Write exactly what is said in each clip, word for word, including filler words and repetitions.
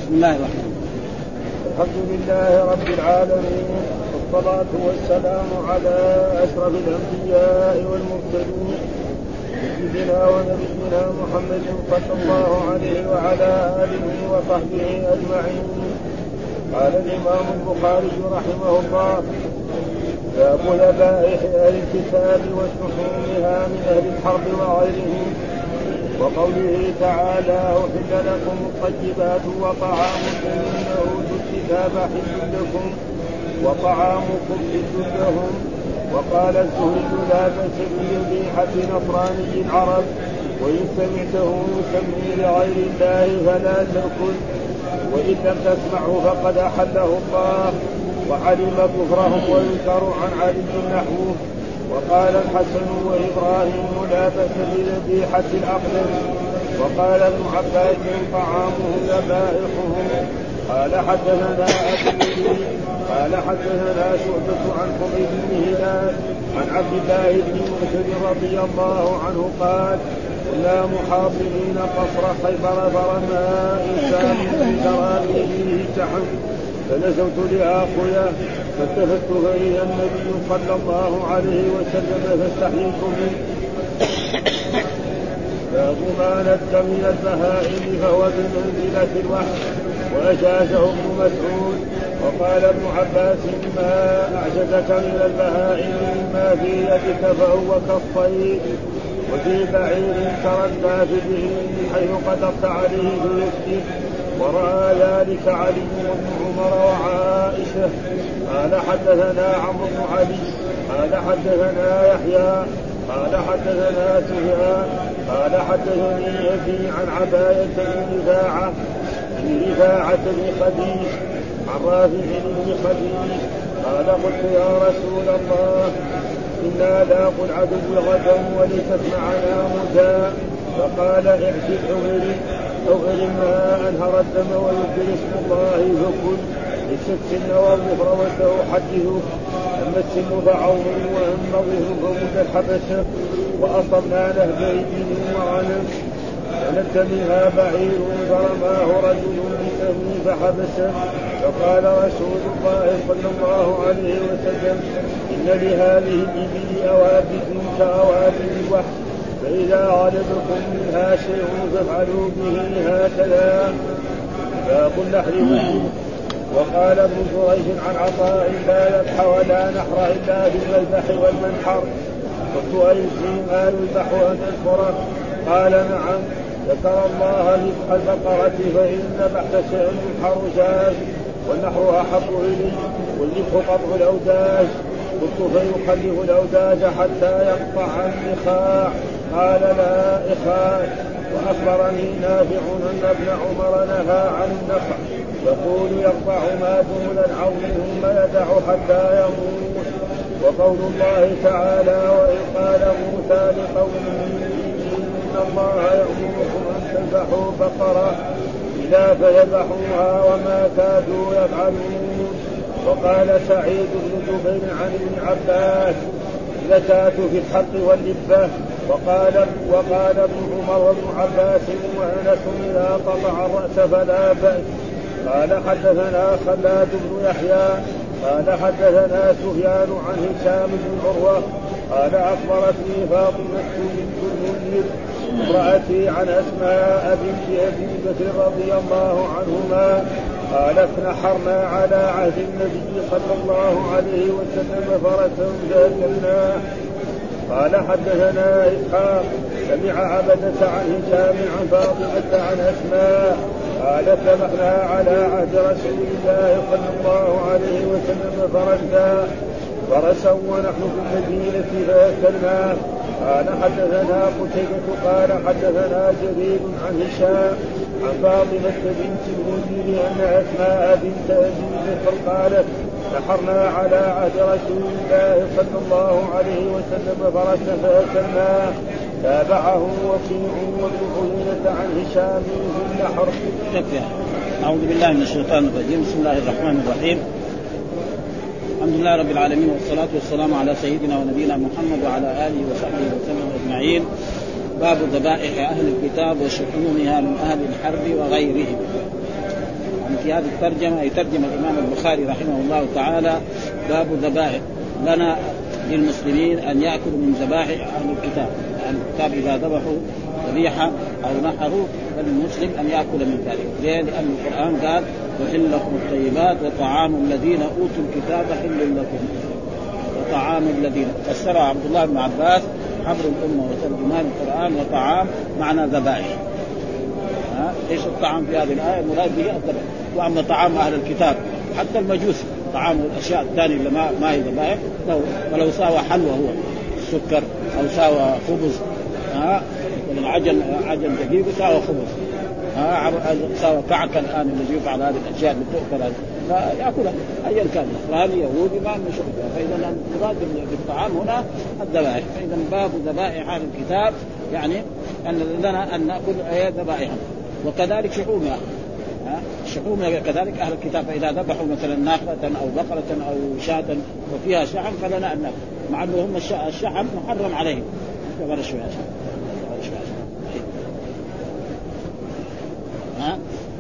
بسم الله الرحمن الرحيم. الحمد لله رب العالمين، والصلاة والسلام على أشرف الأنبياء والمرسلين سيدنا ونبينا محمد صلى الله عليه وعلى آله وصحبه أجمعين. قال الإمام البخاري رحمه الله: باب ذبائح أهل الكتاب وشحومها من أهل الحرب وغيرهم، وقوله تعالى: أحل لكم الطيبات وطعام الذين أوتوا الكتاب حل لكم وطعامكم حل لهم. وقال الزهري: لا بأس بذبيحة نصراني العرب، وإن سمعته يسمي لغير الله فلا تأكل، وإن لم تسمعه فقد أحله الله. وعلم كفرهم وينكر عن علي نحوه. وقال الحسن وإبراهيم: لا بأس بذبيحة الأقدم. وقال ابن عباس: طعامهم ذبائحهم. قال حدثنا أبو قال حدثنا شعبة عن حميد بن هلال عن عبد الله بن مسعود رضي الله عنه قال: كنا محاصرين قصر خيبر فرمى إنسان في ترابيه شحم، فنزلت لآخذه فالتفت فإذا النبي صلى الله عليه وسلم فاستحييت منه. باب ما نزل من البهائم فهو بمنزلة الوحي. وأجازه ابن مسعود. وقال ابن عباس: ما أعجزك من البهائم ما في يدك فهو كالصيد. وفي بعير تردى في به من حيث قدرت عليه بيده، ورأى ذلك علي بن عمر وعائشة. قال حدثنا عمرو بن علي قال حدثنا يحيى قال حدثنا سفيان قال حدثني أبي عن عباية بن رفاعة بن رفاعة بن خديج عن رافع بن خديج قال: قلت يا رسول الله، إنا لاقوا العدو غدا وليست معنا متاع. فقال: اغسل حغري حغري ما أنهر الدم ويذكر اسم الله فكل. ليس السن والظهر وسأحدثه. أما السن فعون وأما الظهر فمد الحبشة. وأصبنا نهبين وغنم فنبت منها بعير فرماه رجل بسهم فحبسه. فقال رسول الله صلى الله عليه وسلم: إن لهذه الإبل أوابد كأوابد الوحش، فإذا غلبكم منها شيء فافعلوا به هكذا. باب اللحم. وقال ابن جريج عن عطاء: لا يذبح ولا نحر إلا في المذبح والمنحر. قلت: أيسهم آل يذبح أن يذكره؟ قال: نعم. ذكر الله ذبح البقرة فإن ذبحت شيء ينحر جاز، والنحر أحب إلي، والذبح قطع الأوداج. قلت: فيخلف الأوداج حتى يقطع النخاع؟ قال: لا إخاء. وأخبرني نافع أن ابن عمر نهى عن النخع، يقول: يقطع ما دون العون ثم يدع حتى يموت. وقول الله تعالى: وإذ قال موسى لقومه: إن الله يأمركم أن تذبحوا بقرة، إذا فذبحوها وما كادوا يفعلون. وقال سعيد بن جبير عن ابن عباس: زكاة في الحق واللبة. وقال وقال ابن عمر وابن عباس وأنس: إذا قطع الرأس فلا بأس. قال حدثنا خلاد بن يحيى قال حدثنا سفيان عن هشام بن عروة قال أخبرتني فاطمة بنت المنذر امرأتي عن أسماء بنت أبي بكر رضي الله عنهما قالت: نحرنا على عهد النبي صلى الله عليه وسلم فرسا فأكلناه. قال حدثنا إسحاق سمع عبدة عن هشام عن فاطمة عن أسماء قالت: ذبحنا على عهد رسول الله صلى الله عليه وسلم فرسا فرسا ونحن في المدينة فأكلناه. قال حدثنا قتيبة قال حدثنا جرير عن هشام عن فاطمة بنت المنذر أن أسماء بنت أبي بكر قالت: نحرنا على عهد رسول الله صلى الله عليه وسلم فرسا فأكلناه. تابعه وكيع وابن عيينة عن هشام في النحر. أعوذ بالله من الشيطان الرجيم. بسم الله الرحمن الرحيم. الحمد لله رب العالمين، والصلاة والسلام على سيدنا ونبينا محمد وعلى آله وصحبه وسلم أجمعين. باب ذبائح أهل الكتاب وشحومها من أهل الحرب وغيرهم. في هذه الترجمة يترجم الإمام البخاري رحمه الله تعالى باب ذبائح لنا للمسلمين أن يأكلوا من ذبائح أهل الكتاب. أهل الكتاب إذا ذبحوا ذبيحة أو نحروا فالمسلم أن يأكل من ذلك. ليه؟ لأن القرآن قال وحل لكم الطيبات وطعام الذين أوتوا الكتاب حل لكم. وطعام الذين فسرها عبد الله بن عباس حبر الأمة وترجمان القرآن وطعام معنى ذبائح. ايش الطعام في هذه الآية؟ مراد به الذبائح. وأما طعام أهل الكتاب حتى المجوس طعام الأشياء الثانية اللي ما ما هي ذبائح لو ولو ساوى حلوى هو السكر أو ساوى خبز ها العجل عجل دقيق ساوى خبز ها ساوى كعك الآن الذي يفعل هذه الأشياء اللي تؤكل فيأكلها أيا كان نصراني يهودي ما من شغله. فإذا المراد بالطعام هنا الذبائح. فإذا باب ذبائح أهل الكتاب يعني أن لنا أن نأكل ذبائحهم وكذلك شحومها. شحوم كذلك أهل الكتاب فإذا ذبحوا مثلا ناقة أو بقرة أو شاة وفيها شحم فلنا أن نأكل مع أنه هم الشحم محرم عليهم. كبر شوية ها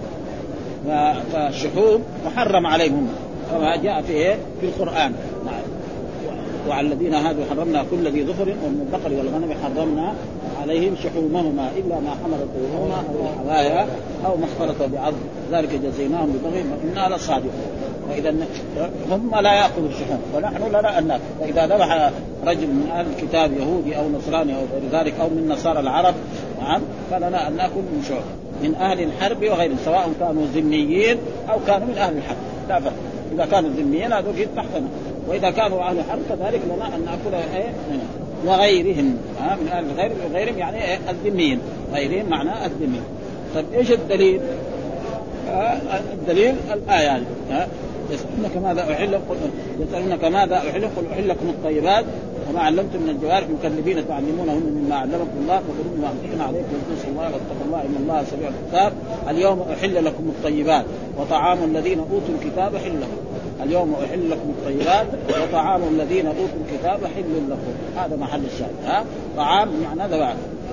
فالشحوم محرم عليهم كما جاء في إيه في القرآن. وعلى الذين هادوا حرمنا كل ذي ظفر ومن البقر والغنم حرمنا عليهم شحومهما إلا ما حملت ظهورهما أو الحوايا أو ما اختلط بعض ذلك جزيناهم ببغيهم وإنا لصادقون. فإذا هم لا يأكلوا الشحوم ونحن لا نأكل. فإذا ذبح رجل من أهل الكتاب يهودي أو نصراني أو غير ذلك أو من نصارى العرب فلنا أن نأكل من شحوم من أهل الحرب وغيرهم سواء كانوا ذميين أو كانوا من أهل الحرب لا فرق. إذا كانوا ذميين هذول جد تحتنا وإذا كانوا أهل الحرب كذلك لنا أن نأكل إيه وغيرهم ها من أهل غير غيرهم يعني إيه الذميين غيرهم معناه الذميين. طيب إيش الدليل؟ آه الدليل الآية ها يسألونك ماذا أحل يسألونك ماذا أحل قل أحل لكم الطيبات وما علمتم من الجوارح مكلبين تعلمونهن مما علمكم الله فكلوا مما أمسكنا عليكم واتقوا الله واتقوا الله إن الله سميع الحساب. اليوم أحل لكم الطيبات وطعام الذين أوتوا الكتاب حل لكم. اليوم أحل لكم الطيبات وطعام الذين أوتوا الكتاب حل لكم. هذا محل الشاهد ها طعام معنى ذبائح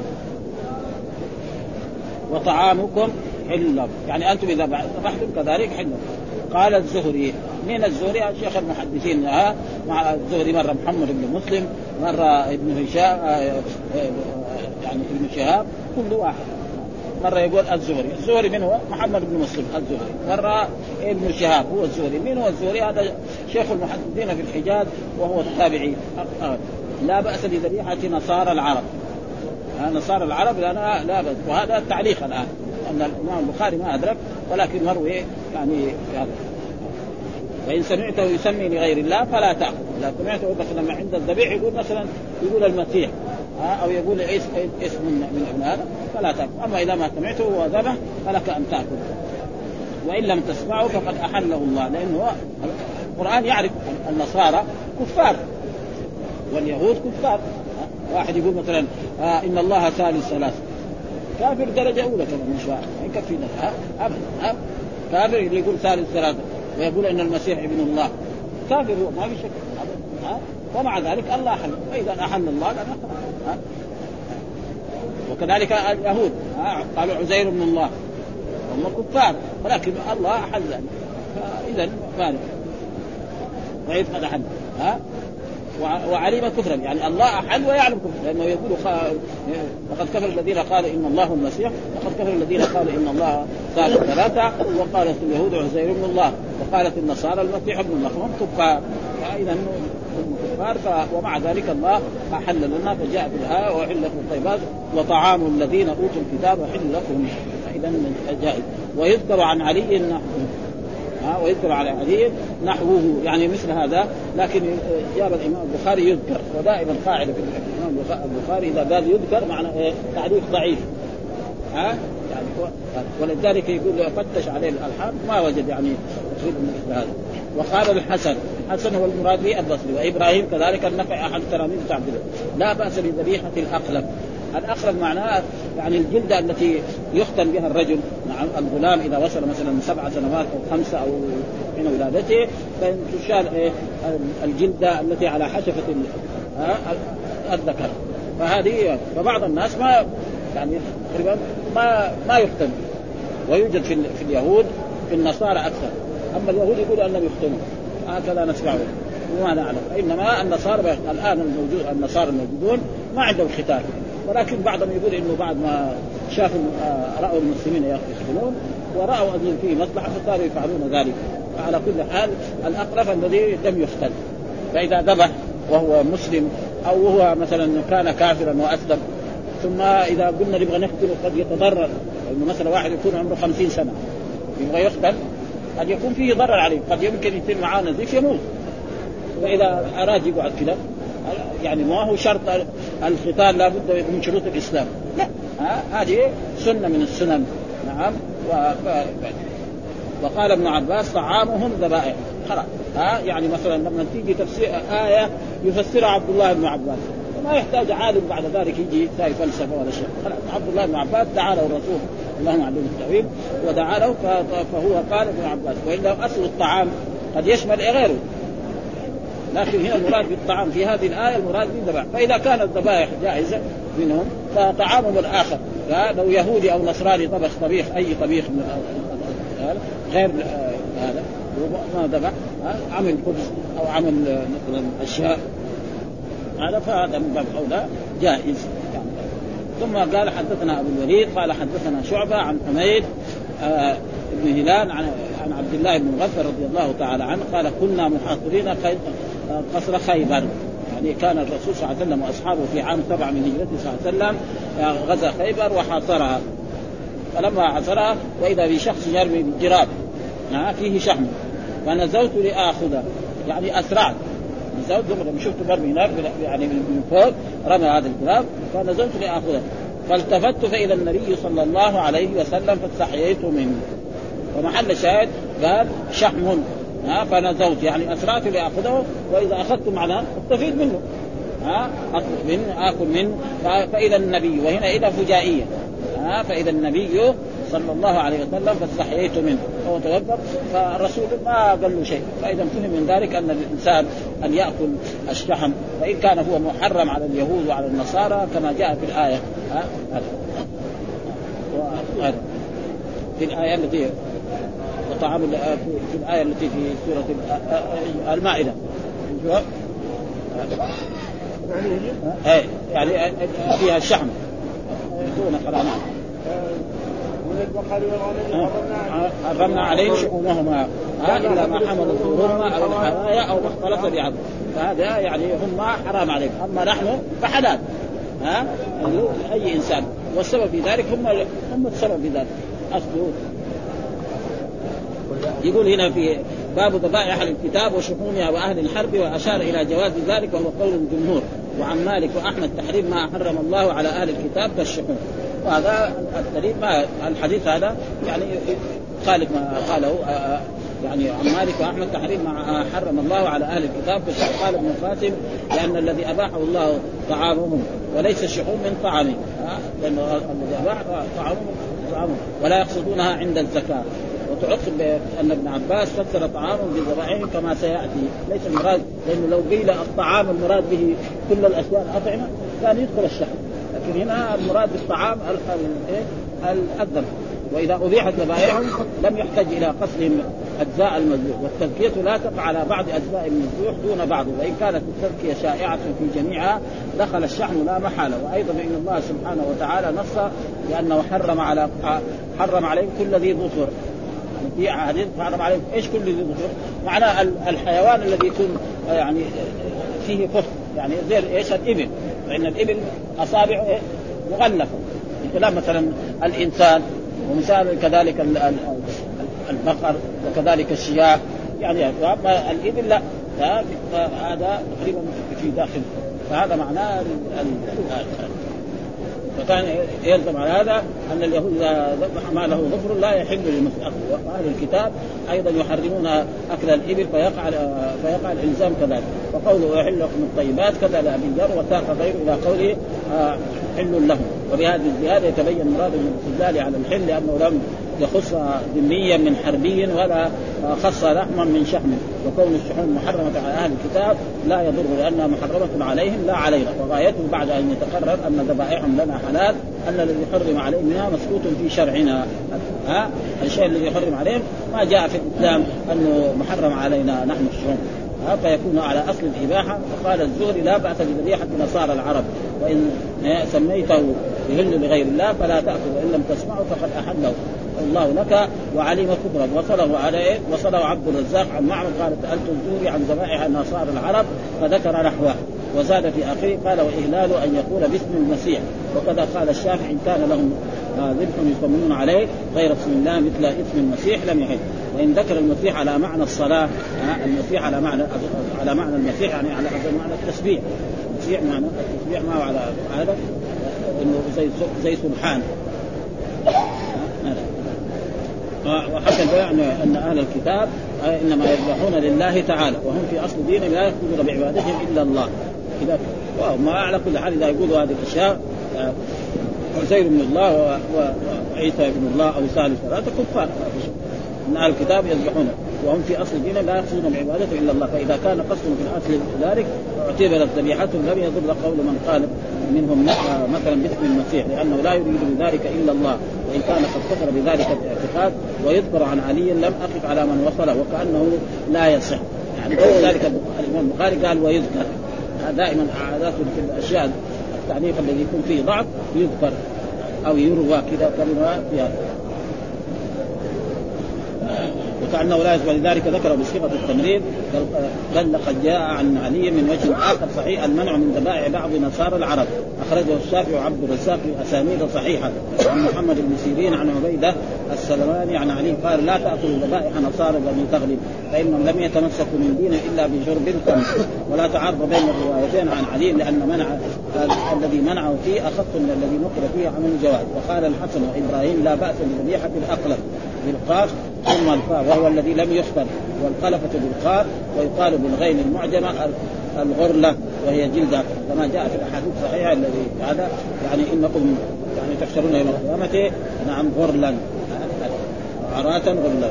وطعامكم حل لكم يعني أنتم إذا ذبحتم كذلك حل لكم. قال الزهري من الزهري الشيخ المحدثين ها مع الزهري مرة محمد بن مسلم مرة ابن هشام يعني ابن شهاب كل واحد مرة يقول الزهري. الزهري من هو؟ محمد بن مسلم الزهري. مرة ابن شهاب هو الزهري. من هو الزهري؟ هذا شيخ المحدثين في الحجاز وهو التابعي. لا بأس بذبيحة نصارى العرب. نصارى العرب لا لا بأس. وهذا التعليق الآن أن الإمام البخاري ما أدرك ولكن مروي يعني هذا. وإن سمعته يسمي لغير الله فلا تأخذ. إذا سمعته مثلا عند الذبيح يقول مثلا يقول المسيح أو يقول اسم اسم من ابن هذا فلا تأكل. أما إذا ما سمعته وذبح فلك أن تأكل. وإن لم تسمعه فقد أحله الله لأنه القرآن يعرف النصارى كفار واليهود كفار. واحد يقول مثلا آه إن الله ثالث ثلاث كافر درجة أولى كمان مش واحد يكفي ده أبدا. كافر اللي يقول ثالث ثلاثة ويقول إن المسيح ابن الله كافر هو ما في شك أبدا. ومع ذلك الله أحل. فإذا أحل الله لنا ها؟ وكذلك اليهود قالوا عزير ابن الله هم كفار ولكن الله أحل ذلك. فإذا فارق وإذ قد أحل ها وعلم كفرا يعني الله أحل ويعلم كفرا لأنه يقول لقد كفر الذين قالوا إن الله المسيح وقد كفر الذين قالوا إن الله ثالث ثلاثة وقالت اليهود عزير ابن الله وقالت النصارى المسيح ابن الله هم كفار. فإذا هم كفار ومع ذلك الله أحل لنا فجاء بالآية وأحل لكم الطيبات وطعام الذين أوتوا الكتاب حل لكم. فإذا جائز. ويذكر عن علي نحوه ها ويذكر على علي نحوه يعني مثل هذا. لكن جاب الإمام البخاري يذكر ودائما قاعدة في الإمام البخاري إذا قال يذكر معنى إيه تعريف ضعيف ها يعني ولذلك يقول فتش عليه الألحان ما وجد يعني تقريبا مثل هذا. وقال الحسن الحسن هو المراد به البصري وإبراهيم كذلك النفع أحد تلاميذ عبد الله لا بأس بذبيحة الأقلب. الأقلب معناه يعني الجلدة التي يختن بها الرجل مع الغلام إذا وصل مثلا سبع سنوات أو خمسة أو حين ولادته فتشال إيه الجلدة التي على حشفة الذكر. فهذه فبعض الناس ما يعني تقريبا ما ما يختن. ويوجد في في اليهود في النصارى أكثر، أما اليهود يقولوا أنهم يختنون، هكذا نسمعه وما نعلم. إنما النصارى الآن الموجود النصارى الموجودون ما عندهم ختان، ولكن بعضهم يقول إنه بعد ما شافوا رأوا المسلمين يختنون ورأوا أن فيه مصلحة فصاروا يفعلون ذلك. على كل حال الأقرب الذي لم يختن، فإذا ذبح وهو مسلم أو هو مثلا كان كافرا وأسلم، ثم إذا قلنا نبغى نقتله قد يتضرر، إنه مثلا واحد يكون عمره خمسين سنة يبغى يقتل قد يكون فيه ضرر عليه، قد يمكن يتم معاه نزيف يموت. وإذا أراد يقعد كده يعني ما هو شرط الختان لا بد من شروط الإسلام، لا هذه سنة من السنن. نعم. وقال ابن عباس طعامهم ذبائح، خلاص ها يعني مثلا لما تيجي تفسير آية يفسرها عبد الله بن عباس ما يحتاج عالم بعد ذلك يجي ثاني فلسفة ولا شيء، خلاص عبد الله بن عباس دعا له الرسول اللهم علمه التأويل ودعا له فهو قال ابن عباس. وإلا أصل الطعام قد يشمل غيره، لكن هنا المراد بالطعام في هذه الآية المراد بالذبائح. فإذا كانت الذبائح جائزة منهم فطعامهم الآخر، لو يهودي أو نصراني طبخ طبيخ أي طبيخ غير هذا ما ذبح عمل خبز أو عمل مثلا أشياء هذا فهذا من باب أولى جائز. ثم قال حدثنا أبو الوليد قال حدثنا شعبة عن حميد آه ابن هلال عن, عن عبد الله بن مغفر رضي الله تعالى عنه قال كنا محاصرين قصر خيبر، يعني كان الرسول صلى الله عليه وسلم وأصحابه في عام سبع من هجرته صلى الله عليه وسلم غزا خيبر وحاصرها. فلما حاصرها وإذا بشخص يرمي بالجراب فيه شحم فنزلت لآخذه، يعني أسرعت نزلت لما شفت برمي نار يعني من فوق رمى هذا الجراب فنزلت لآخذه فالتفت فإذا النبي صلى الله عليه وسلم فاستحييت منه. ومحل شاهد قال شحم ها فنزلت يعني أسرعت لآخذه، وإذا أخذت معنا استفيد منه ها أطلب منه آكل منه. فإذا النبي وهنا إذا فجائية ها فإذا النبي صلى الله عليه وسلم فاستحييت منه هو توقف فالرسول ما قال له شيء. فإذا فهم من ذلك أن الإنسان أن يأكل الشحم وإن كان هو محرم على اليهود وعلى النصارى كما جاء في الآية ها في الآية التي وطعام في الآية التي في سورة المائدة يعني فيها الشحم دون قرآن حرمنا عليه شحومهما إلا ما حمل ظهورهما أو الحوايا أو ما اختلط بعض، فهذا يعني هم حرام عليهم، أما نحن فحلال ها أي إنسان. والسبب في ذلك هم هم السبب في ذلك أصله. يقول هنا في باب ذبائح الكتاب وشحومها وأهل الحرب وأشار إلى جواز ذلك وهو قول الجمهور وعن مالك وأحمد تحريم ما حرم الله على أهل الكتاب كالشحوم. وهذا الدليل ما الحديث هذا يعني خالف ما قاله يعني عن مالك وأحمد تحريم ما حرم الله على أهل الكتاب كالشحوم. قال ابن القاسم لأن الذي أباحه الله طعامهم وليس الشحوم من طعامه، لأن الذي أباح طعامهم طعامهم ولا يقصدونها عند الزكاة. وتعقب بأن ابن عباس فسر طعامهم بالذبائح كما سيأتي، ليس المراد لأنه لو قيل الطعام المراد به كل الأشياء الأطعمة كان يدخل الشحم، لكن هنا المراد بالطعام الذبح. وإذا أبيحت ذبائحهم لم يحتاج إلى قصدهم أجزاء المذبوح، والتزكية لا تقع على بعض أجزاء المذبوح دون بعض، وإن كانت التزكية شائعة في جميعها دخل الشحم لا محالة. وأيضا إن الله سبحانه وتعالى نص لأنه حرم على حرم عليهم كل ذي ظفر، في عهد حرم عليهم ايش كل ذي ظفر؟ معناه الحيوان الذي يكون يعني فيه فخ، يعني زي ايش الإبل، فإن الإبل أصابعه مغلفة بخلاف مثلا الإنسان، ومثال كذلك البقر وكذلك الشياه، يعني الإبل لا هذا تقريبا في داخل، فهذا معناه فكان يلزم على هذا أن اليهود إذا ذبح ما له ظفر لا يحل للمسلم أكله، وأهل الكتاب أيضا يحرمون أكل الإبل فيقع فيقع الإلزام كذلك. وقوله يحل لكم الطيبات كذا لأبي ذر وساق غيره إلى قوله حل لهم. وبهذه الزيادة يتبين مراد الاستدلال على الحل لأنه لم يخص ذميا من حربي ولا خص لحما من شحم، وكون الشحوم محرمة على أهل الكتاب لا يضر لأنها محرمة عليهم لا علينا. وغايته بعد أن يتقرر أن ذبائحهم لنا حلال أن الذي حرم عليهم منها مسكوت في شرعنا. ها الشيء الذي يحرم عليهم ما جاء في الإسلام أنه محرم علينا نحن الشرب، فيكون على أصل الإباحة. فقال الزهري لا بأس بذبيحة نصارى العرب، وإن سميته يهل لغير الله فلا تأكل، وإن لم تسمعه فقد أحله الله لك وعلم كفرا. وصله عليه وصله عبد الرزاق عن معمر قال سألت الزهري عن ذبائح نصارى العرب فذكر نحوه، وزاد في آخره قال وإهلال أن يقول باسم المسيح. وكذا قال الشافعي إن كان لهم ذبح يسمون عليه غير اسم الله مثل اسم المسيح لم يحل. وإن ذكر المسيح على معنى الصلاة، المسيح على معنى على معنى المسيح يعني على معنى التسبيح، المسيح معنى التسبيح ما هو على هذا إنه زي زي سبحان. وحكى البيان أن أهل الكتاب إنما يذبحون لله تعالى وهم في أصل دين لا يقولون بعبادتهم إلا الله كذا. وما على كل حال إذا يقولوا هذه الأشياء عزير من الله وعيسى ابن الله أو ثالث ثلاثة كفار من أهل الكتاب يذبحون وهم في أصل دين لا يقصدون بعبادته إلا الله. فإذا كان قصدهم في الأصل ذلك اعتبرت ذبيحتهم لم يضر قول من قال منهم مثلا باسم المسيح لأنه لا يريد بذلك إلا الله، وإن كان قد كفر بذلك الاعتقاد. ويذكر عن علي لم أقف على من وصله وكأنه لا يصح، يعني ذلك الإمام البخاري قال ويذكر، دائما عادات في الأشياء التعنيف الذي يكون فيه ضعف يذكر أو يروى كذا كلمة فيها وكأنه لا يصح. لذلك ذكر بصيغة التمريض بل لقد جاء عن علي من وجه آخر صحيح المنع من ذبائح بعض نصارى العرب، أخرجه الشافعي وعبد الرزاق في أسانيد صحيحة عن محمد بن سيرين عن عبيدة السلماني عن علي قال لا تأكلوا ذبائح نصارى بني تغلب فإنهم لم يتمسكوا من دين إلا بشرب الخمر. ولا تعارض بين الروايتين عن علي لأن منع الذي منعه فيه أخف من الذي نقل فيه عن الجواز. وقال الحسن وإبراهيم لا بأس بذبيحة الأقلب بالقاف ثم الفاء وهو الذي لم يخبر، والقلفة بالقاف ويقال بالغين المعجمة الغرلة وهي جلدة كما جاء في الأحاديث الصحيحة الذي هذا يعني إنكم يعني تحشرون يوم القيامة نعم غرلا عراة غرلا.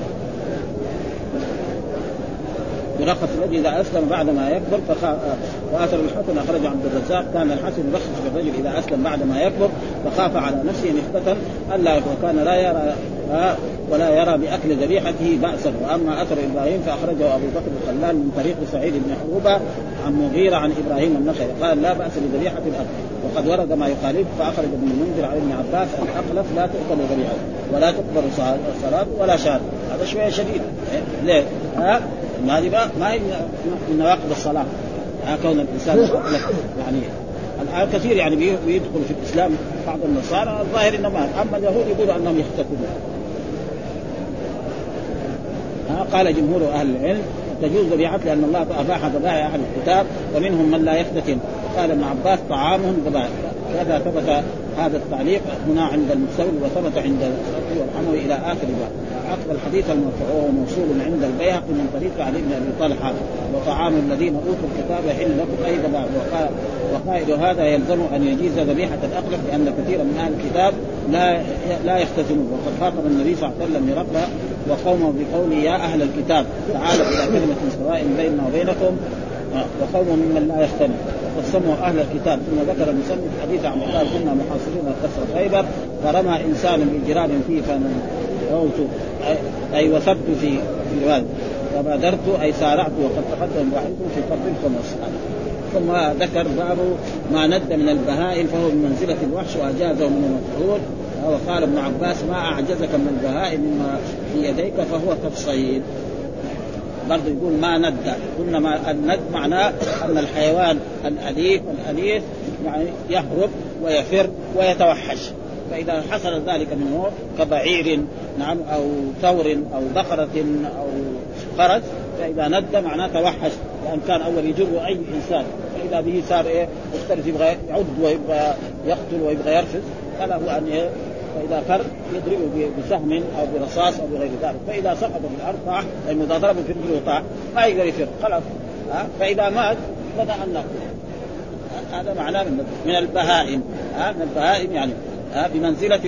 يرخص الذي إذا أسلم بعد ما يكبر فآثر الحسن أخرج عبد الرزاق كان الحسن يرخص الرجل إذا أسلم بعد ما يكبر فخاف على نفسه نخبة ألا وكان لا يرى ولا يرى بأكل ذبيحته بأسا. وأما أثر إبراهيم فأخرجه أبو بكر الخلال من طريق سعيد بن حروبة عن مغيرة عن إبراهيم النخعي قال لا بأس بذبيحة الأكل. وقد ورد ما يخالف فأخرج ابن المنذر عن ابن عباس الأقلف لا تؤكل ذبيحته ولا تقبل صلاة ولا شهادة. هذا شوية شديد ليه؟ ها هذه ما هي من نواقض الصلاة كون الإنسان يعني الآن كثير يعني بيدخل في الإسلام بعض النصارى الظاهر إنما أما اليهود يقولوا أنهم يختتمون. قال جمهور أهل العلم تجوز ذبيحة لأن الله أباح ذبائح أهل الكتاب ومنهم من لا يختتم. قال ابن عباس طعامهم ذبائح. هذا ثبت هذا التعليق هنا عند المستوي وثبت عند الصحيح والحموي إلى آخر باب. عقب الحديث المرفوع وهو موصول عند البيهقي من طريق علي بن أبي طلحة وطعام الذين أوتوا الكتاب يحل لكم أي ذبائح. وقائد هذا يلزم أن يجيز ذبيحة الأقلب لأن كثيرا من أهل الكتاب لا لا يختتمون. وقد خاطب النبي صلى الله عليه وسلم لربه وقومه بقوله يا أهل الكتاب تعالوا إلى كلمة سواء بيننا وبينكم وقوم ممن لا يختلف. وسموا أهل الكتاب ثم ذكر المسلم حديث عن قال كنا محاصرين كسر خيبر فرمى إنسان بجراب فيه فنوت أي وثبت في في الواد فبادرت أي سارعت وقد تقدم واحدكم في قبلكم والصلاة. ثم ذكر باب ما ند من البهائم فهو بمنزلة الوحش وأجازه من المفعول. وقال ابن عباس ما أعجزك من البهائم مما في يديك فهو كالصيد. برضو يقول ما ند قلنا ما الند معناه أن الحيوان الأليف الأليف يعني يهرب ويفر ويتوحش. فإذا حصل ذلك منه كبعير نعم أو ثور أو بقرة أو فرس فإذا ند معناه توحش لأن كان أول يجر أي إنسان فإذا به صار إيه مختلف يبغى يعد ويبغى يقتل ويبغى يرفض فله أن إيه فإذا فر يضربه بسهم أو برصاص أو بغير ذلك. فإذا سقط في الأرض طاح لأنه إذا ضربه في رجله طاح ما يقدر يفر خلاص. فإذا مات بدأ أن نقتل. هذا معناه من البهائم. من البهائم يعني بمنزلة الوحش.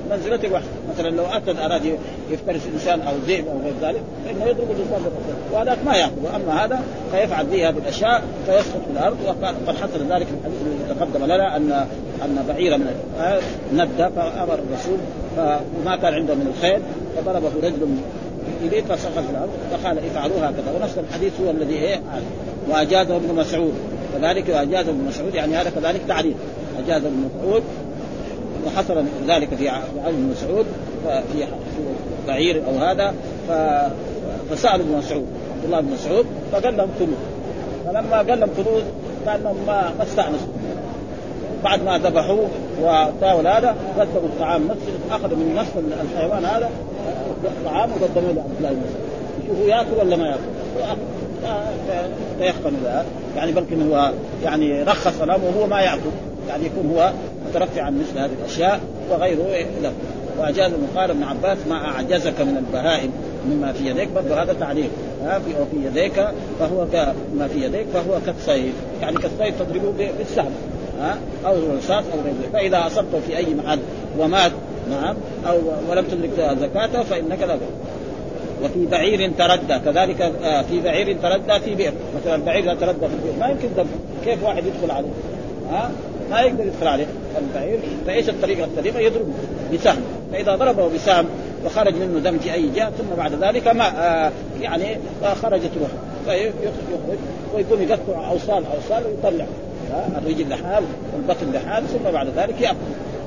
منزلة الوحش. مثلا لو أسد أراد يفترس إنسان أو ذئب أو غير ذلك فإنه يضرب الإنسان بالرصاص، وهذا ما يأكل. أما هذا فيفعل به هذه الأشياء فيسقط في الأرض. وقد حصل ذلك في الحديث الذي تقدم لنا أن أن بعيرا من ندى فأمر الرسول فما كان عنده من الخيل فضربه رجل إليه فسقط في الأرض فقال افعلوا هكذا. ونفس الحديث هو الذي إيه وأجازه ابن مسعود كذلك، وأجازه ابن مسعود يعني هذا كذلك تعريف أجازه ابن مسعود. وحصل ذلك في عهد ابن مسعود في بعير أو هذا فسأل ابن مسعود عبد الله بن مسعود فقال لهم كلوا، فلما قال لهم كلوا قال لهم ما ما استأنسوا. بعد ما ذبحوه وطاول هذا قدموا الطعام نفسه، أخذوا من نفس الحيوان هذا الطعام وقدموه لعبد الله بن مسعود يشوفوا يأكل ولا ما يأكل. فيخفن ذا يعني بلكن هو يعني رخص له وهو ما يأكل، يعني يكون هو مترفع عن مثل هذه الأشياء وغيره له. وأجاز قال ابن عباس ما أعجزك من البهائم مما في يديك، برضو هذا تعليق ها في أو في يديك فهو كما في يديك فهو كالصيد، يعني كالصيد تضربه بالسهم ها أو الرصاص أو غيره. فإذا أصبته في أي محل ومات نعم أو ولم تدرك زكاته فإنك لا. وفي بعير تردى كذلك، في بعير تردى في بئر، مثلا البعير لا تردى في البئر ما يمكن دم، كيف واحد يدخل عليه ها ما يقدر يدخل عليه البعير. فايش الطريقه؟ الطريقه يضربه بسهم، فاذا ضربه بسهم وخرج منه دم في اي جهه ثم بعد ذلك ما آه يعني خرجت روحه فيخرج ويكون يقطع اوصال اوصال ويطلع الرجل لحال والبطن لحال ثم بعد ذلك يأكل.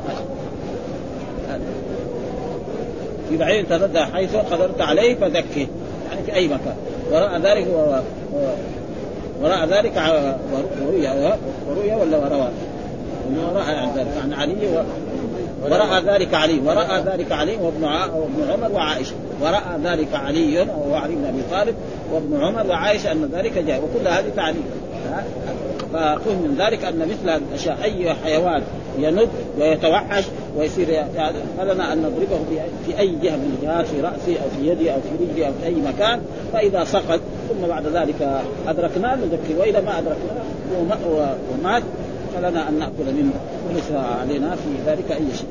في بعير تردى حيث قدرت عليه فذكه، يعني في أي مكان. وراء ذلك و... وراء ذلك ورؤيا ورؤيا ولا وراء وراء ذلك عن علي و... وراء ذلك علي وراء ذلك علي وابن ع... وابن عمر وعائشة. وراء ذلك علي وهو علي بن أبي طالب وابن عمر وعائشة أن ذلك جاء، وكل هذه تعليم. ففهم من ذلك أن مثل هذه الأشياء أي حيوان يند ويتوحش ويصير يعني فلنا أن نضربه في أي جهة من الجهات، في رأسي أو في يدي أو في رجلي أو في أي مكان، فإذا سقط ثم بعد ذلك أدركناه نذكر، وإذا ما أدركناه ومات فلنا أن نأكل منه وليس علينا في ذلك أي شيء.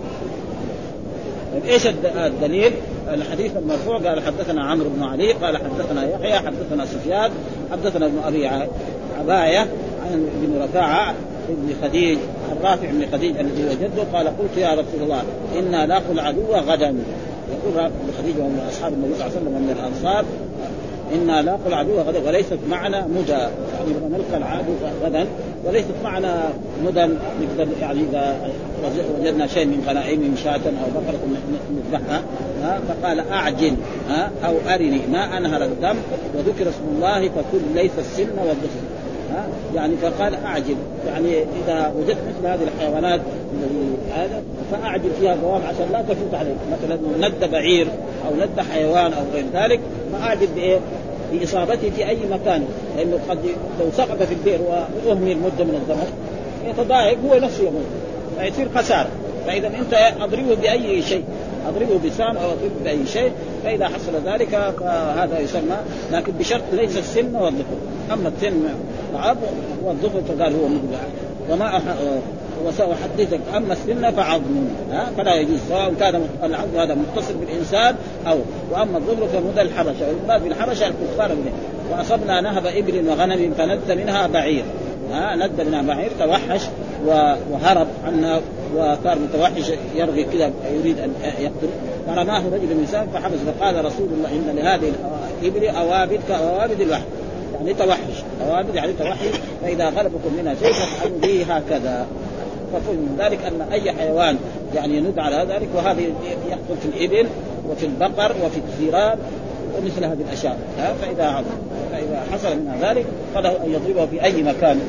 إيش الدليل؟ الحديث المرفوع قال حدثنا عمرو بن علي قال حدثنا يحيى حدثنا سفيان حدثنا ابن أبي عباية عن ابن رفاعة ابن خديج عن رافع بن خديج الذي وجده قال قلت يا رسول الله إنا لاقوا العدو غدا. يقول رافع بن خديج ومن أصحاب النبي صلى الله عليه وسلم من الأنصار إنا لاقوا العدو غدا وليست معنا مدى، يعني نلقى العدو غدا وليست معنا مدى نقدر يعني إذا وجدنا شيء من غنائم شاة أو بقرة نذبحها. فقال أعجل أو أرني ما أنهر الدم وذكر اسم الله فكل ليس السن والدخل. يعني فقال أعجل، يعني إذا وجدت مثل هذه الحيوانات هذا فأعجل فيها دوام عشان لا تفوت عليه. مثلا ند بعير أو ند حيوان أو غير ذلك فأعجل بإيه؟ بإصابته في أي مكان، لأنه قد لو سقط في البئر وأهمل مدة من الزمن يتضايق هو نفسه يموت فيصير خسارة. فإذا أنت أضربه بأي شيء، أضربه بسام أو أضربه بأي شيء، فإذا حصل ذلك فهذا يسمى، لكن بشرط ليس السن والظفر. أما السن ضعف والظفر فقال هو مدلع وما أح... وسأحدثك أما السن فعظم فلا يجوز سواء كان العظم هذا متصل بالإنسان أو وأما الظفر فمدى الحبشة والمراد بالحبشة الكفار منه. وأصبنا نهب إبل وغنم فند منها بعير ها ند منها بعير توحش وهرب عنا وصار متوحش يرغي كذا يريد أن يقتل فرماه رجل نساء فحبس. فقال رسول الله إن لهذه الإبل أوابد كأوابد الوحش، يعني توحش أوابد يعني توحش، فإذا غلبكم منها شيء فافعلوا به هكذا. ففهم من ذلك أن أي حيوان يعني يند على ذلك، وهذا يحصل في الإبل وفي البقر وفي الثيران ومثل هذه الأشياء. فإذا فإذا حصل من ذلك فله أن يضربه في أي مكان.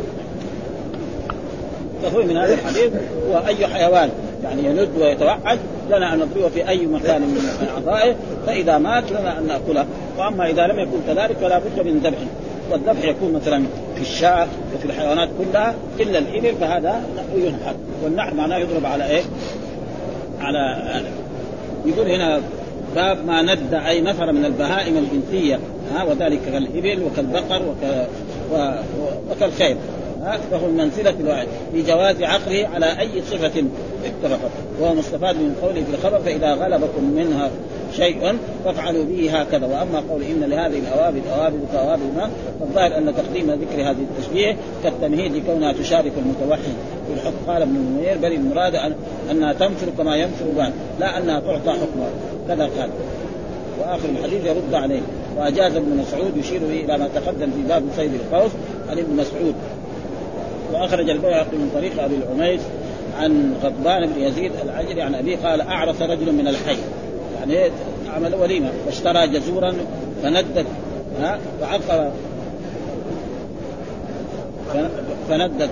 فهو من هذا الحديث وأي حيوان يعني يند ويتوحد لنا أن نضربه في أي مكان من أعضائه، فإذا مات لنا أن نأكله. وأما إذا لم يكن كذلك فلا بد من ذبحه، والذبح يكون مثلا في الشاة وفي الحيوانات كلها إلا الإبل فهذا ينحر. والنحر معناه يضرب على إيه؟ على يقول هنا باب ما ند أي نفر من البهائم الجنسية ها وذلك كالإبل وكالبقر وك... و... وكالخيل فهو منزلة الواحد في جواز عقله على أي صفة اتفقت. وهو مستفاد من قوله في الخبر فإذا غلبكم منها شيء فافعلوا به هكذا. وأما قول إن لهذه الأوابد أوابد كأوابد ما فالظاهر أن تقديم ذكر هذه التشبيه كالتمهيد لكونها تشارك المتوحد في الحكم. قال ابن المنير بل المراد أن أنها تنفر كما ينفر بعد لا أنها تعطى حكمها كذا قال. وآخر الحديث يرد عليه. وأجاز ابن مسعود يشير إلى ما تقدم في باب صيد القوس عن ابن مسعود. وأخرج البيهقي من طريق أبي العميس عن غضبان بن يزيد العجلي عن أبيه قال أعرس رجل من الحي يعني عمل وليمة واشترى جزورا فندد ها وعقر فندد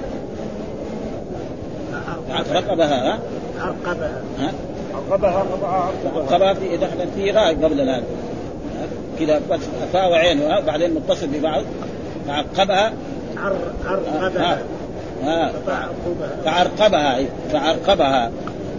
عقبها ها عقبها ها عقبها عقبها في دخلت في غاء قبل الآن كذا بس أفا وعين وبعدين متصل ببعض فعقبها عرقبها ها فعرقبها فعرقبها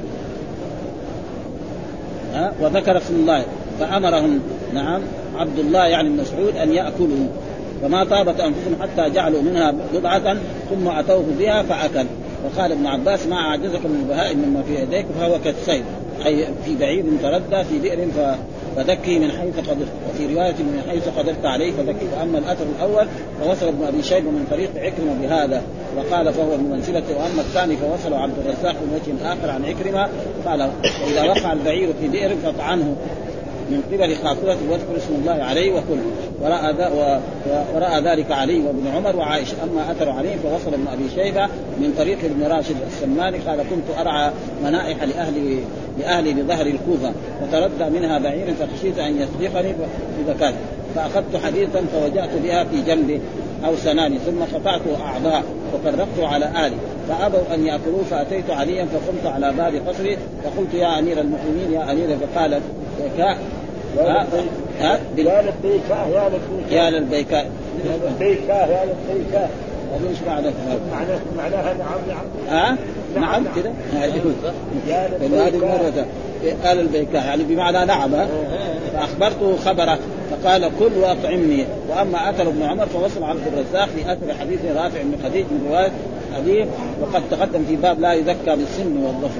ها وذكر اسم الله فأمرهم نعم عبد الله يعني المسعود أن يأكلوا فما طابت أنفسهم حتى جعلوا منها بضعة ثم أتوه بها فأكل. وقال ابن عباس ما أعجزكم من البهائم مما في يديك فهو كالسيل أي في بعير تردى في بئر فذكي من حيث قدرت. وفي رواية من حيث قدرت عليه فذكي. وأما الأثر الأول فوصل ابن أبي شيبة من طريق عكرمة بهذا وقال فهو من منزلته. وأما الثاني فوصل عبد الرزاق من وجه آخر عن عكرمة قال إذا وقع البعير في بئر فاطعنه من قبل خاصرة واذكر اسم الله عليه وكل. ورأى, ذا ورأى ذلك علي وابن عمر وعائشة. أما أثر علي فوصل ابن أبي شيبة من طريق ابن راشد السماني قال كنت أرعى منائح لأهلي لأهلي بظهر الكوفة فتردى منها بعير فخشيت أن يسبقني بذكاء فأخذت حديثا فوجأت بها في جنبي أو سناني ثم قطعت أعضاء وفرقت على أهلي فأبوا أن يأكلوه فأتيت عليا فقمت على باب قصري فقلت يا أمير المؤمنين يا أمير فقال بيكاء ها يا للبيكاء يا للبيكاء يا للبيكاء بيكاء يا للبيكاء هذا ايش معناه؟ معناه معناها نعم نعم ها نعم كده هذه مرة قال البيكاء يعني بمعنى نعم. فأخبرته خبره فقال كل واطعمني. وأما أثر ابن عمر فوصل عبد الرزاق في أثر حديث رافع بن خديج من رواية حديث وقد تقدم في باب لا يزكى بالسن والظفر.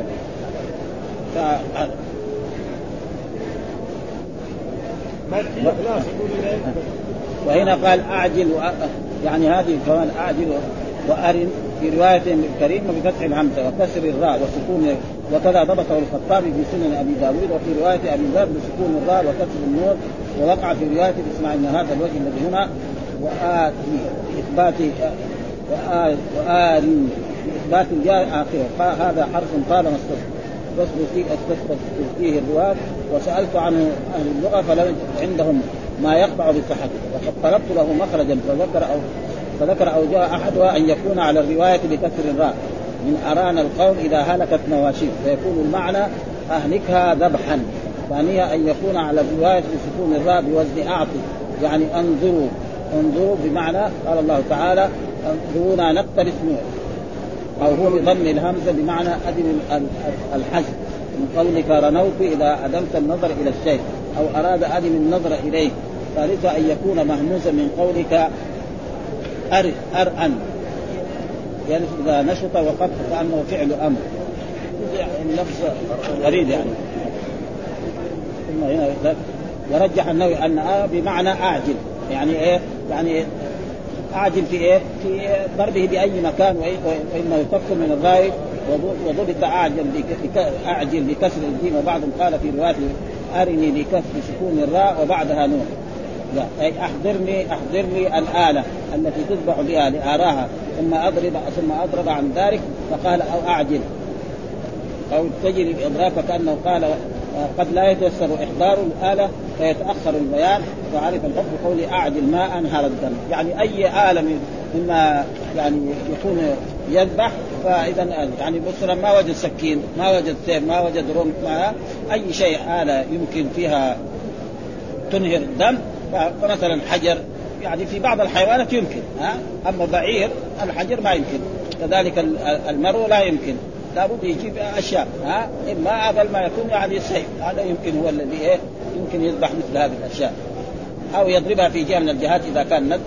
وهنا قال أعجل يعني هذه كمان أعجل وأرن في رواية الكريم بفتح الهمزة وكسر الراء وسكون وكذا ضبطه الخطابي في سنن أبي داود. وفي رواية أبي ذر بسكون الراء وكسر النور. ووقع في رواية إسماعيل هذا الوجه الذي هنا وآتي إثبات وآرن إثبات الجاء آخره هذا حرف طالما استصبر فيه استصبر فيه الرواة. وسألت عن أهل اللغة فلم عندهم ما يقطع بصحته وقد طلبت له مخرجا فذكر أو فذكر أو جاء أحدها أن يكون على الرواية بكسر الراء من أران القوم إذا هلكت مواشيه فيكون المعنى أهلكها ذبحا. ثانيا أن يكون على الرواية بسكون الراء بوزن أعطي يعني انظروا انظروا بمعنى قال الله تعالى انظرونا نقتبس منه أو هو بضم الهمزة بمعنى أدم الحزم من قولك رنوت إذا أدمت النظر إلى الشيء أو أراد أدم النظر إليه. ثالثا أن يكون مهموزا من قولك أر أرأن يعني إذا نشط وقف كأنه فعل أمر اللفظ غريب يعني. ثم هنا ورجح النووي أن آه بمعنى أعجل يعني إيه يعني أعجل في إيه في ضربه بأي مكان وإنه يكفر من الراي وضبط أعجل أعجل بكسر الجيم. وبعضهم قال في رواية أرني بكسر سكون الراء وبعدها نون أي أحضرني أحضرني الآلة التي تذبح بها لآراها ثم أضرب ثم أضرب عن ذلك فقال أو أعجل أو تجري الإضراب فكأنه قال قد لا يتيسر إحضار الآلة فيتأخر البيان. وعرف الحكم قولي أعجل ما أنهر الدم يعني أي آلة مما يعني يكون يذبح فإذا يعني مثلا ما وجد سكين ما وجد سيف ما وجد رمح ما أي شيء آلة يمكن فيها تنهر الدم فمثلا حجر يعني في بعض الحيوانات يمكن ها أما بعير الحجر ما يمكن. كذلك المرو لا يمكن لابد يجيب أشياء ها إما أقل ما يكون يعني السيف هذا يمكن هو الذي إيه يمكن يذبح مثل هذه الأشياء أو يضربها في جهة من الجهات إذا كان ندد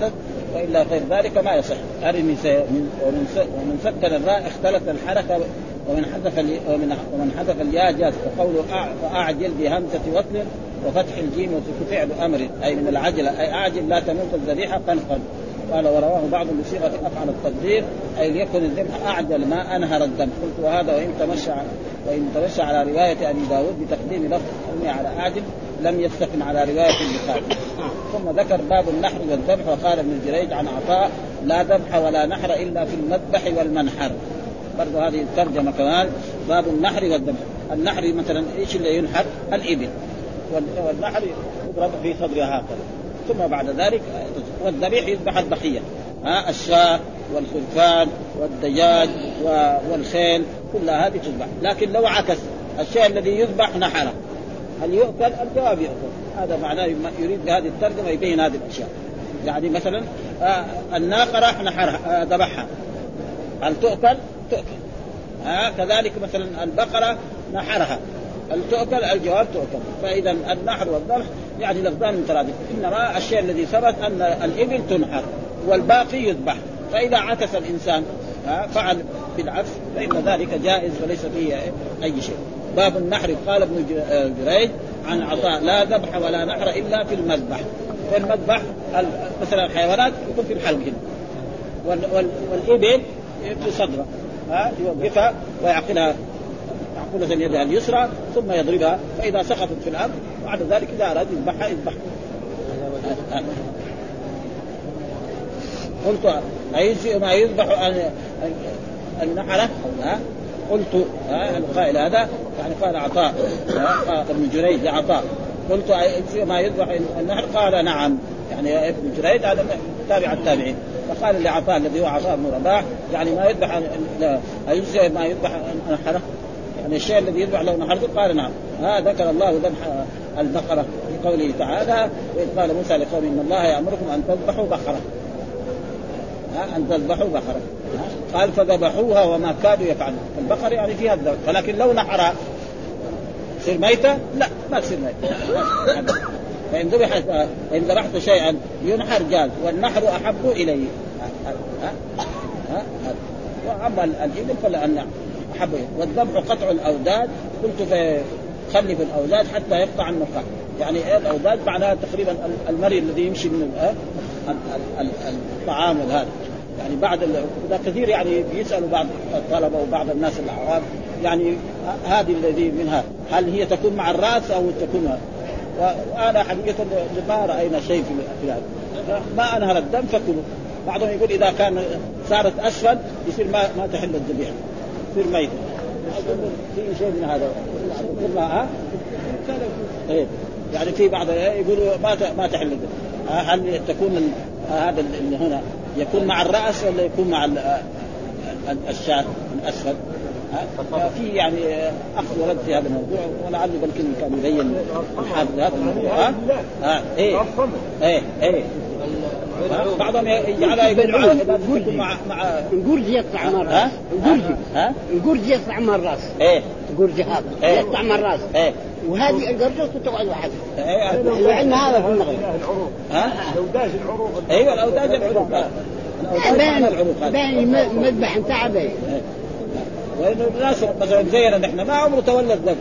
وإلا غير ذلك ما يصح. أرمي ومن سكن الراء اختلف الحركة ومن حذف ومن ومن حذف الياء جاز كقوله أعجل بهمزة وصل وفتح الجيم وفعل أمر أي من العجلة أي أعجل لا تموت الذبيحة قنقا. قال ورواه بعض بصيغة أفعل التقدير أي ليكن الذبح أعجل ما أنهر الدم. قلت وهذا وإن تمشى وإن تمشى على رواية أبي داود بتقديم لفظ أمي على أعجل لم يستقم على رواية البخاري. ثم ذكر باب النحر والذبح وقال ابن جريج عن عطاء لا ذبح ولا نحر إلا في المذبح والمنحر. برضو هذه الترجمة كمان باب النحر والذبح. النحر مثلا إيش اللي ينحر؟ الإبل، والنحر يضرب في صدرها هكذا ثم بعد ذلك والذبيح يذبح الضحية ها الشاة والخرفان والدجاج والخيل كلها هذه تذبح. لكن لو عكس الشيء الذي يذبح نحره هل يؤكل؟ الجواب يؤكل. هذا معناه يريد بهذه الترجمة يبين هذه الأشياء. يعني مثلا آه الناقة راح نحرها آه ذبحها هل تؤكل؟ تؤكل. آه كذلك مثلا البقرة نحرها هل تؤكل؟ الجواب تؤكل. فإذا النحر والذبح يعني لفظان مترادف، إنما الشيء الذي ثبت أن الإبل تنحر والباقي يذبح. فإذا عكس الإنسان آه فعل بالعكس فإن ذلك جائز وليس فيه أي شيء. باب النحر قال ابن جريج عن عطاء لا ذبح ولا نحر إلا في المذبح. في المذبح مثلا الحيوانات يكون في الحلق والإبل في صدره ها يوقفها ويعقلها عقلة يدها اليسرى ثم يضربها فإذا سقطت في الأرض بعد ذلك إذا أراد يذبحها يذبحها. قلت أيجزئ ما يذبح النحرة ها قلت ها القائل هذا يعني قال عطاء ابن جريج عطاء قلت أيجزئ ما يذبح النحر قال نعم. يعني ابن جريج هذا تابع التابعين فقال لعطاء الذي هو عطاء بن رباح يعني ما يذبح أيجزئ ما يذبح النحرة يعني الشيء الذي يذبح له نحرته قال نعم. ها ذكر الله ذبح البقرة في قوله تعالى وإذ قال موسى لقومه إن الله يأمركم أن تذبحوا بقرة ها أن تذبحوا بقرة قال فذبحوها وما كادوا يفعلون. البقرة يعني فيها الذبح ولكن لو نحرها تصير ميتة؟ لا ما تصير ميتة. فإن ذبحت إن ذبحت شيئا ينحر جاز والنحر أحب إليه. ها ها وأما الإبل فلا النحر أحب إليه. والذبح قطع الأوداد قلت فخلف الأوداد حتى يقطع النخاع. يعني الأوداد معناها تقريبا المري الذي يمشي من الطعام هذا. يعني بعد كثير يعني بيسألوا بعض الطلبة وبعض الناس الأعراب يعني هذه الذي منها هل هي تكون مع الرأس أو تكون وأنا حقيقة ما رأينا شيء في هذا ما أنهر الدم فكله. بعضهم يقول إذا كان صارت أسفل يصير ما ما تحل الذبيحة يصير ميت. في شيء من هذا ها إيه يعني في بعض يقولوا ما ما تحل الذبيحة. هل تكون هذا اللي هنا يكون مع الرأس ولا يكون مع الشاة من أسفل؟ في يعني أخذ ورد في هذا الموضوع ولعله بلكن كان يبين الحافظ هذا الموضوع. ها ها إيه إيه إيه بعضهم يجعلها يقول مع مع الجرج يقطع مع الراس. الجرج ها الجرج يقطع مع الراس. إيه الجرج هذا يقطع مع الراس. إيه وهذه الجرجة تقعد واحد. إيه وعندنا هذا في المغرب. ها الأوداج العروق. أيوة الأوداج العروق. بين مذبح تعبه. وإنه الناس مثلا زينا نحن ما عمره تولد ذبح.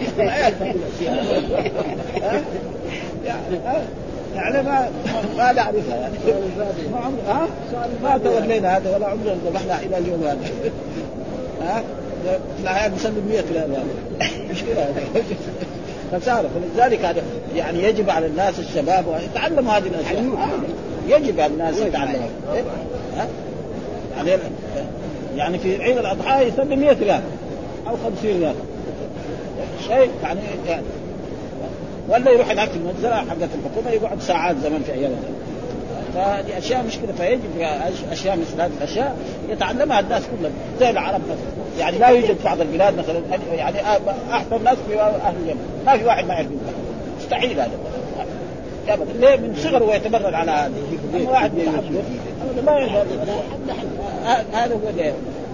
يعني ما ما نعرفها يعني ما عمر ها ما تولينا هذا ولا عمرنا ذبحنا إلى اليوم هذا. ها لا هذا نسلم مية كلام هذا مشكلة فصار. فلذلك هذا يعني يجب على الناس الشباب يتعلموا هذه الأشياء. يجب على الناس يتعلموا ها يعني يعني في عيد الأضحى يسلم مية ريال أو خمسين ريال شيء يعني, يعني ولا يروح هناك في المنزلة حقت الحكومة يقعد ساعات زمان في أيام. فهذه أشياء مشكلة. فيجب أشياء مثل هذه الأشياء يتعلمها الناس كلهم زي العرب مثلا. يعني لا يوجد في بعض البلاد مثلا يعني أحسن ناس في أهل اليمن ما في واحد ما يعرف مستحيل هذا أبدا. ليه من صغره ويتمرن على هذا أما واحد يتحمل ما يقدر. هذا هو ده.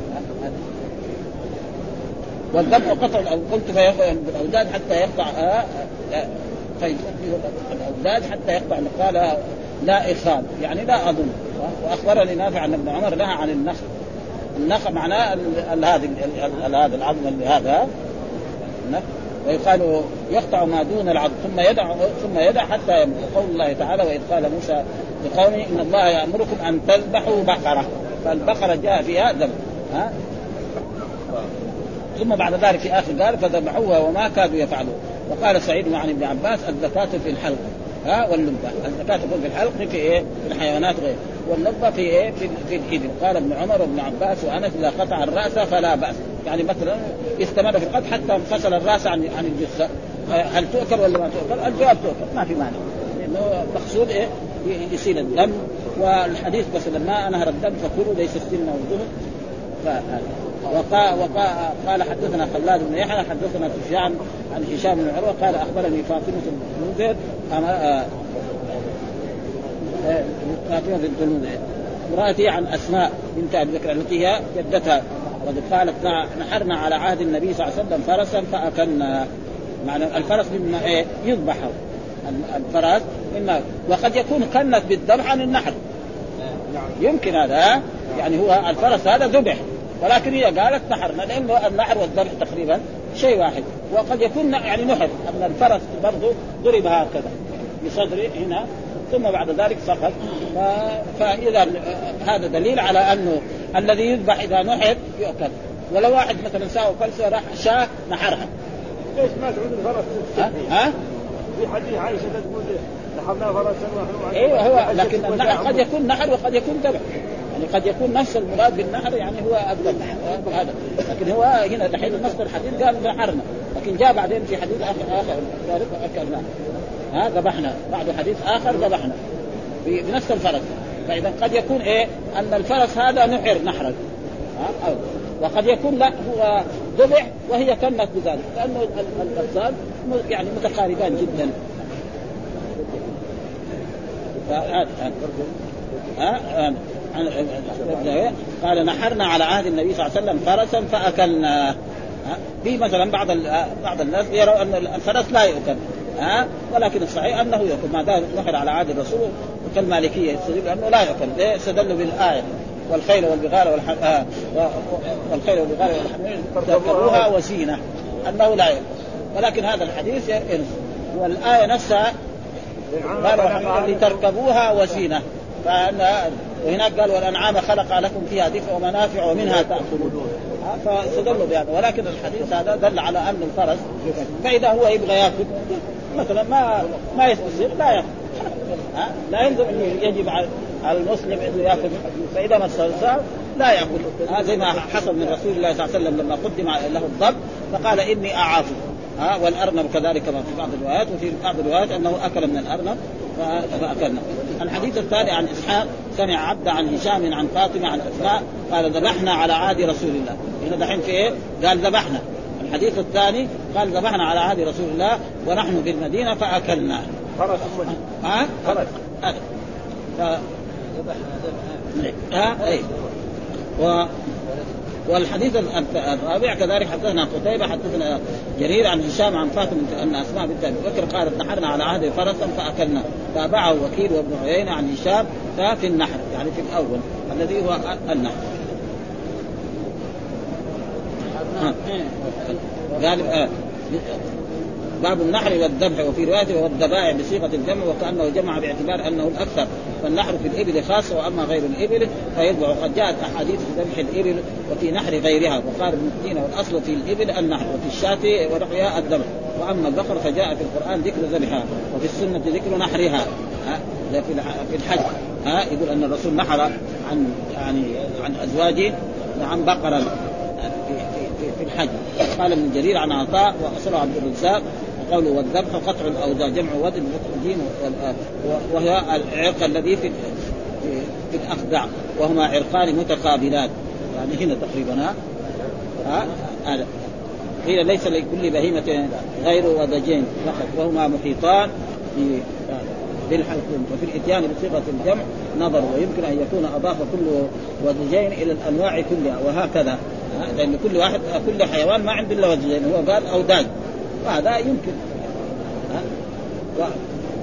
والذبح قطع قلت فيقطع الأوداد حتى يقطع فيقطع الأوداد حتى يقطع. قال لا إخال يعني لا أظن. وأخبرني نافع عن ابن عمر نهى عن النخ. النخ معناه هذا هذا العظم اللي هذا النخ، ويقال يقطع ما دون العظم ثم يدع ثم يدع حتى يموت. قول الله تعالى وإذ قال موسى لقومه إن الله يأمركم أن تذبحوا بقرة، فالبقرة جاء فيها دم ها. ثم بعد ذلك في آخر قال فذبحوها وما كادوا يفعلون. وقال سعيد عن ابن عباس الزكاة في الحلق ها واللبة، الزكاة تكون في الحلق في إيه في الحيوانات غير، واللبة في إيه في, في الإبل. قال ابن عمر وابن عباس وأنس إذا قطع الرأس فلا بأس، يعني مثلا استمر في القطع حتى انفصل الرأس عن عن الجثة، هل تؤكل ولا ما تؤكل؟ الجواب تؤكل ما في مانع، لأنه مقصود إيه يسيل الدم. والحديث بس لما نهر الدم فكلوا ليس السن والدهن. وقال, وقال حدثنا خلاد بن يحيى حدثنا سفيان عن هشام بن عروة قال أخبرني فاطمة بن المنذر فاطمة بنت المنذر مراتي عن أسماء بنت أبي بكر التي هي جدتها، وقد قالت نحرنا على عهد النبي صلى الله عليه وسلم فرسا فأكلنا. معنى الفرس مما إيه يذبحه الفرس مما، وقد يكون كنت بالذبح عن النحر يمكن هذا، يعني هو الفرس هذا ذبح ولكن هي قالت نحرنا، لأنه النحر والذبح تقريبا شيء واحد. وقد يكون يعني نحر أن الفرس برضو ضرب هكذا بصدره هنا ثم بعد ذلك سقط. فإذا هذا دليل على أنه الذي يذبح إذا نحر يؤكل. ولو واحد مثلا ساوى فلسة راح شاه نحرها ليش ما تعود الفرس؟ ها ها في حديث عائشة تقول نحرنا فرسا ونحن ايوه هو، لكن النحر قد يكون نحر وقد يكون ذبح، يعني قد يكون نفس المراد بالنحر يعني هو الذبح هذا، لكن هو هنا دحين نص الحديث قال نحرنا، لكن جاء بعدين في حديث آخر آخر ذلك أكلنا ها ذبحنا، بعد حديث آخر ذبحنا بنفس الفرس. فإذا قد يكون إيه أن الفرس هذا نحر نحرا ها، أو وقد يكون لا هو ذبح وهي كانت بذلك، لأنه الأجساد يعني متقاربان جدا. ها قال نحرنا على عهد النبي صلى الله عليه وسلم فرسا فأكلنا. في مثلا بعض بعض الناس يروا أن الفرس لا يؤكل ها، ولكن الصحيح أنه يؤكل ما دام نحر على عهد الرسول. كالمالكية يستدل أنه لا يؤكل، استدلوا بالآية والخيل والبغال والح... آه والخيل والبغال والحمير تركبوها وزينة أنه لا يؤكل، ولكن هذا الحديث ينص والآية نفسها قالوا لتركبوها وزينة. فأن وهناك قال والأنعام خلق لكم فيها دفء ومنافع ومنها تأكلون، فاستدلوا بهذا. ولكن الحديث هذا دل على أن الفرس فإذا هو يبغى يأكل مثلا ما ما يستطيع لا يأكل، لا يلزم أن يجب على المسلم أنه يأكل، فإذا ما استطاع لا يأكل. هذا زي ما حصل من رسول الله صلى الله عليه وسلم لما قدم له الضب فقال إني أعافه ها، والأرنب كذلك كما في بعض الروايات، وفي بعض الروايات أنه أكل من الأرنب فأكلنا. الحديث الثاني عن إسحاق سمع عبد عن هشام عن فاطمة عن أسماء قال ذبحنا على عهد رسول الله. هنا دحين في إيه قال ذبحنا. الحديث الثاني قال ذبحنا على عهد رسول الله ونحن بالمدينة فأكلنا. فرس ها فرس هذا ها أي. و والحديث الرابع كذلك حدثنا قتيبة حدثنا جرير عن هشام عن فاطمة أن أسماء بنت أبي بكر قالت نحرنا على عهد فرسا فأكلنا. تابعه وكيل وابن عيينة عن هشام في النحر يعني في الأول الذي هو النحر. قال آه. باب النحر والذبح، وفي روايته والذبائح بصيغة الجمع وكأنه جمع باعتبار أنه الأكثر، فالنحر في الإبل خاصة وأما غير الإبل فيذبح. وقد جاءت أحاديث في ذبح الإبل وفي نحر غيرها، وقال ابن سينا والأصل في الإبل النحر وفي الشاة ونحرها الذبح، وأما البقر فجاء في القرآن ذكر ذبحها وفي السنة ذكر نحرها. في الحج ها يقول أن الرسول نحر عن يعني عن أزواجه عن بقرا في الحج. قال ابن جرير عن عطاء وأصله عبد الرزاق وقوله والذبح قطع الأوزار جمع ودن الدين، وهي العرق الذي في في الأخدع وهما عرقان متقابلان، يعني هنا تقريبا ها هذا قيل ليس لكل بهيمة غير ودجين فقط وهما محيطان بالحلقوم. وفي الإتيان بصيغة الجمع نظر، ويمكن أن يكون أضاف كل ودجين إلى الأنواع كلها وهكذا، لأن كل واحد كل حيوان ما عنده إلا ودجين، هو قال أوداج وهذا يمكن.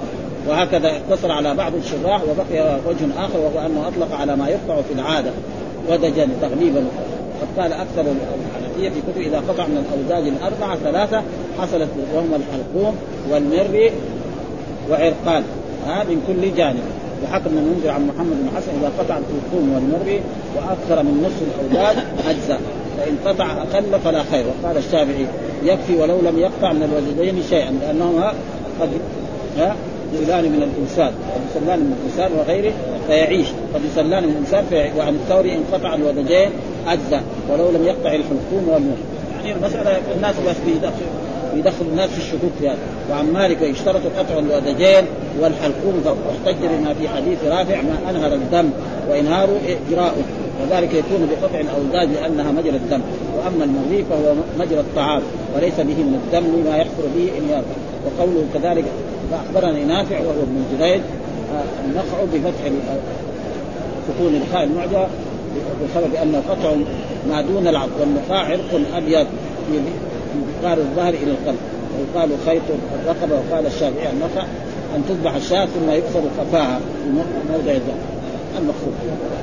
وهكذا اقتصر على بعض الشراح، وبقي وجه آخر وهو أنه أطلق على ما يقطع في العادة ودجا تغليبا. قد قال أكثر الحنفية في كتب إذا قطع من الأوداج الأربعة ثلاثة حصلت، وهم الحلقوم والمر وعرقان ها من كل جانب. وحكم من المنذر عن محمد بن حسن إذا قطع الحلقوم والمر وأكثر من نصف الأوداج أجزاء، فإن قطع أقل فلا خير. وقال الشافعي يكفي ولو لم يقطع من الوجدين شيئا، لأنهما قد يسلان من الإنسان، قد يسلان من الإنسان وغيره فيعيش، قد يسلان من الإنسان فيعيش. وعن الثوري إن قطع الوجدين أجزاء ولو لم يقطع الحلقوم والمر. يعني المسألة الناس بس بيدخل يدخل الناس في الشكوك في هذا. وعن مالك يشترط قطع الودجين والحلقوم واحتج بما في حديث رافع ما أنهر الدم وإنهاره إجراؤه، وذلك يكون بقطع الأوداج لأنها مجرى الدم، وأما المريء فهو مجرى الطعام وليس به من الدم ما يحصل به إنهاره. وقوله كذلك فأخبرني نافع وهو ابن جريج النخع بفتح سكون الخاء المعجمة بسبب أنه قطع ما دون العظم، والنخاع عرق أبيض في مقدار الظهر إلى القلب، ويقال خيط الرقبة. وقال الشافعي النخع أن تذبح الشاة ثم يكسر قفاها في موضع الظهر المقصود.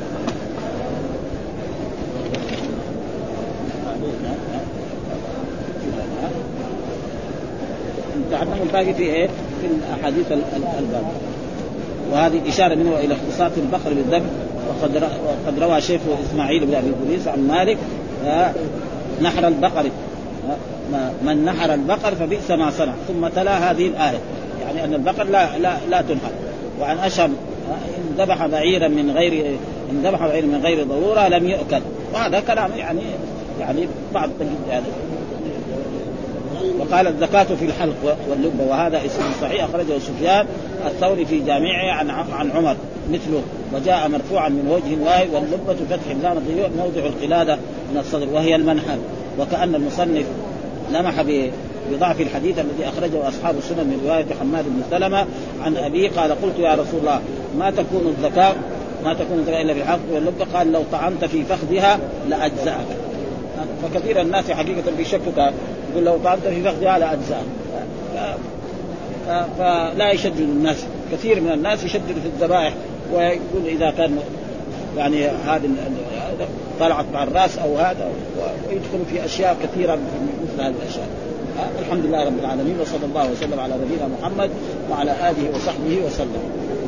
تعلموا الباقي في إيه في الأحاديث الباب. وهذه إشارة منه إلى اختصاص البقر بالذبح. وقد وقد روى شيخ إسماعيل بن أبي بريس عن مالك نحر البقر من نحر البقر فبئس ما صنع، ثم تلا هذه الآية يعني أن البقر لا لا لا تنحر. وعن أشهم إن ذبح بعيرا من غير إن ذبح بعيرا من غير ضرورة لم يؤكل، وهذا كلام يعني يعني بعض يعني. وقال الزكاة في الحلق واللبة، وهذا اسم صحيح أخرجه سفيان الثوري في جامعه عن عن عمر مثله، وجاء مرفوعا من وجه واحد واللبة فتح اللام موضع القلادة من الصدر وهي المنحل. وكأن المصنف لمح بضعف الحديث الذي أخرجه أصحاب السنن من رواية حماد بن سلمة عن أبيه قال قلت يا رسول الله ما تكون الزكاة ما تكون الزكاة إلا في الحلق واللبة؟ قال لو طعنت في فخذها لأجزأك. فكثير الناس حقيقة بيشكك يقول لو طعنت في فخذها لأجزأك، فلا يشدد الناس. كثير من الناس يشدد في الذبائح ويقول إذا كان يعني هذا طلعت مع الرأس أو هذا، ويدخل في أشياء كثيرة مثل هذه الأشياء. الحمد لله رب العالمين، وصلى الله وسلم على نبينا محمد وعلى آله وصحبه وسلم.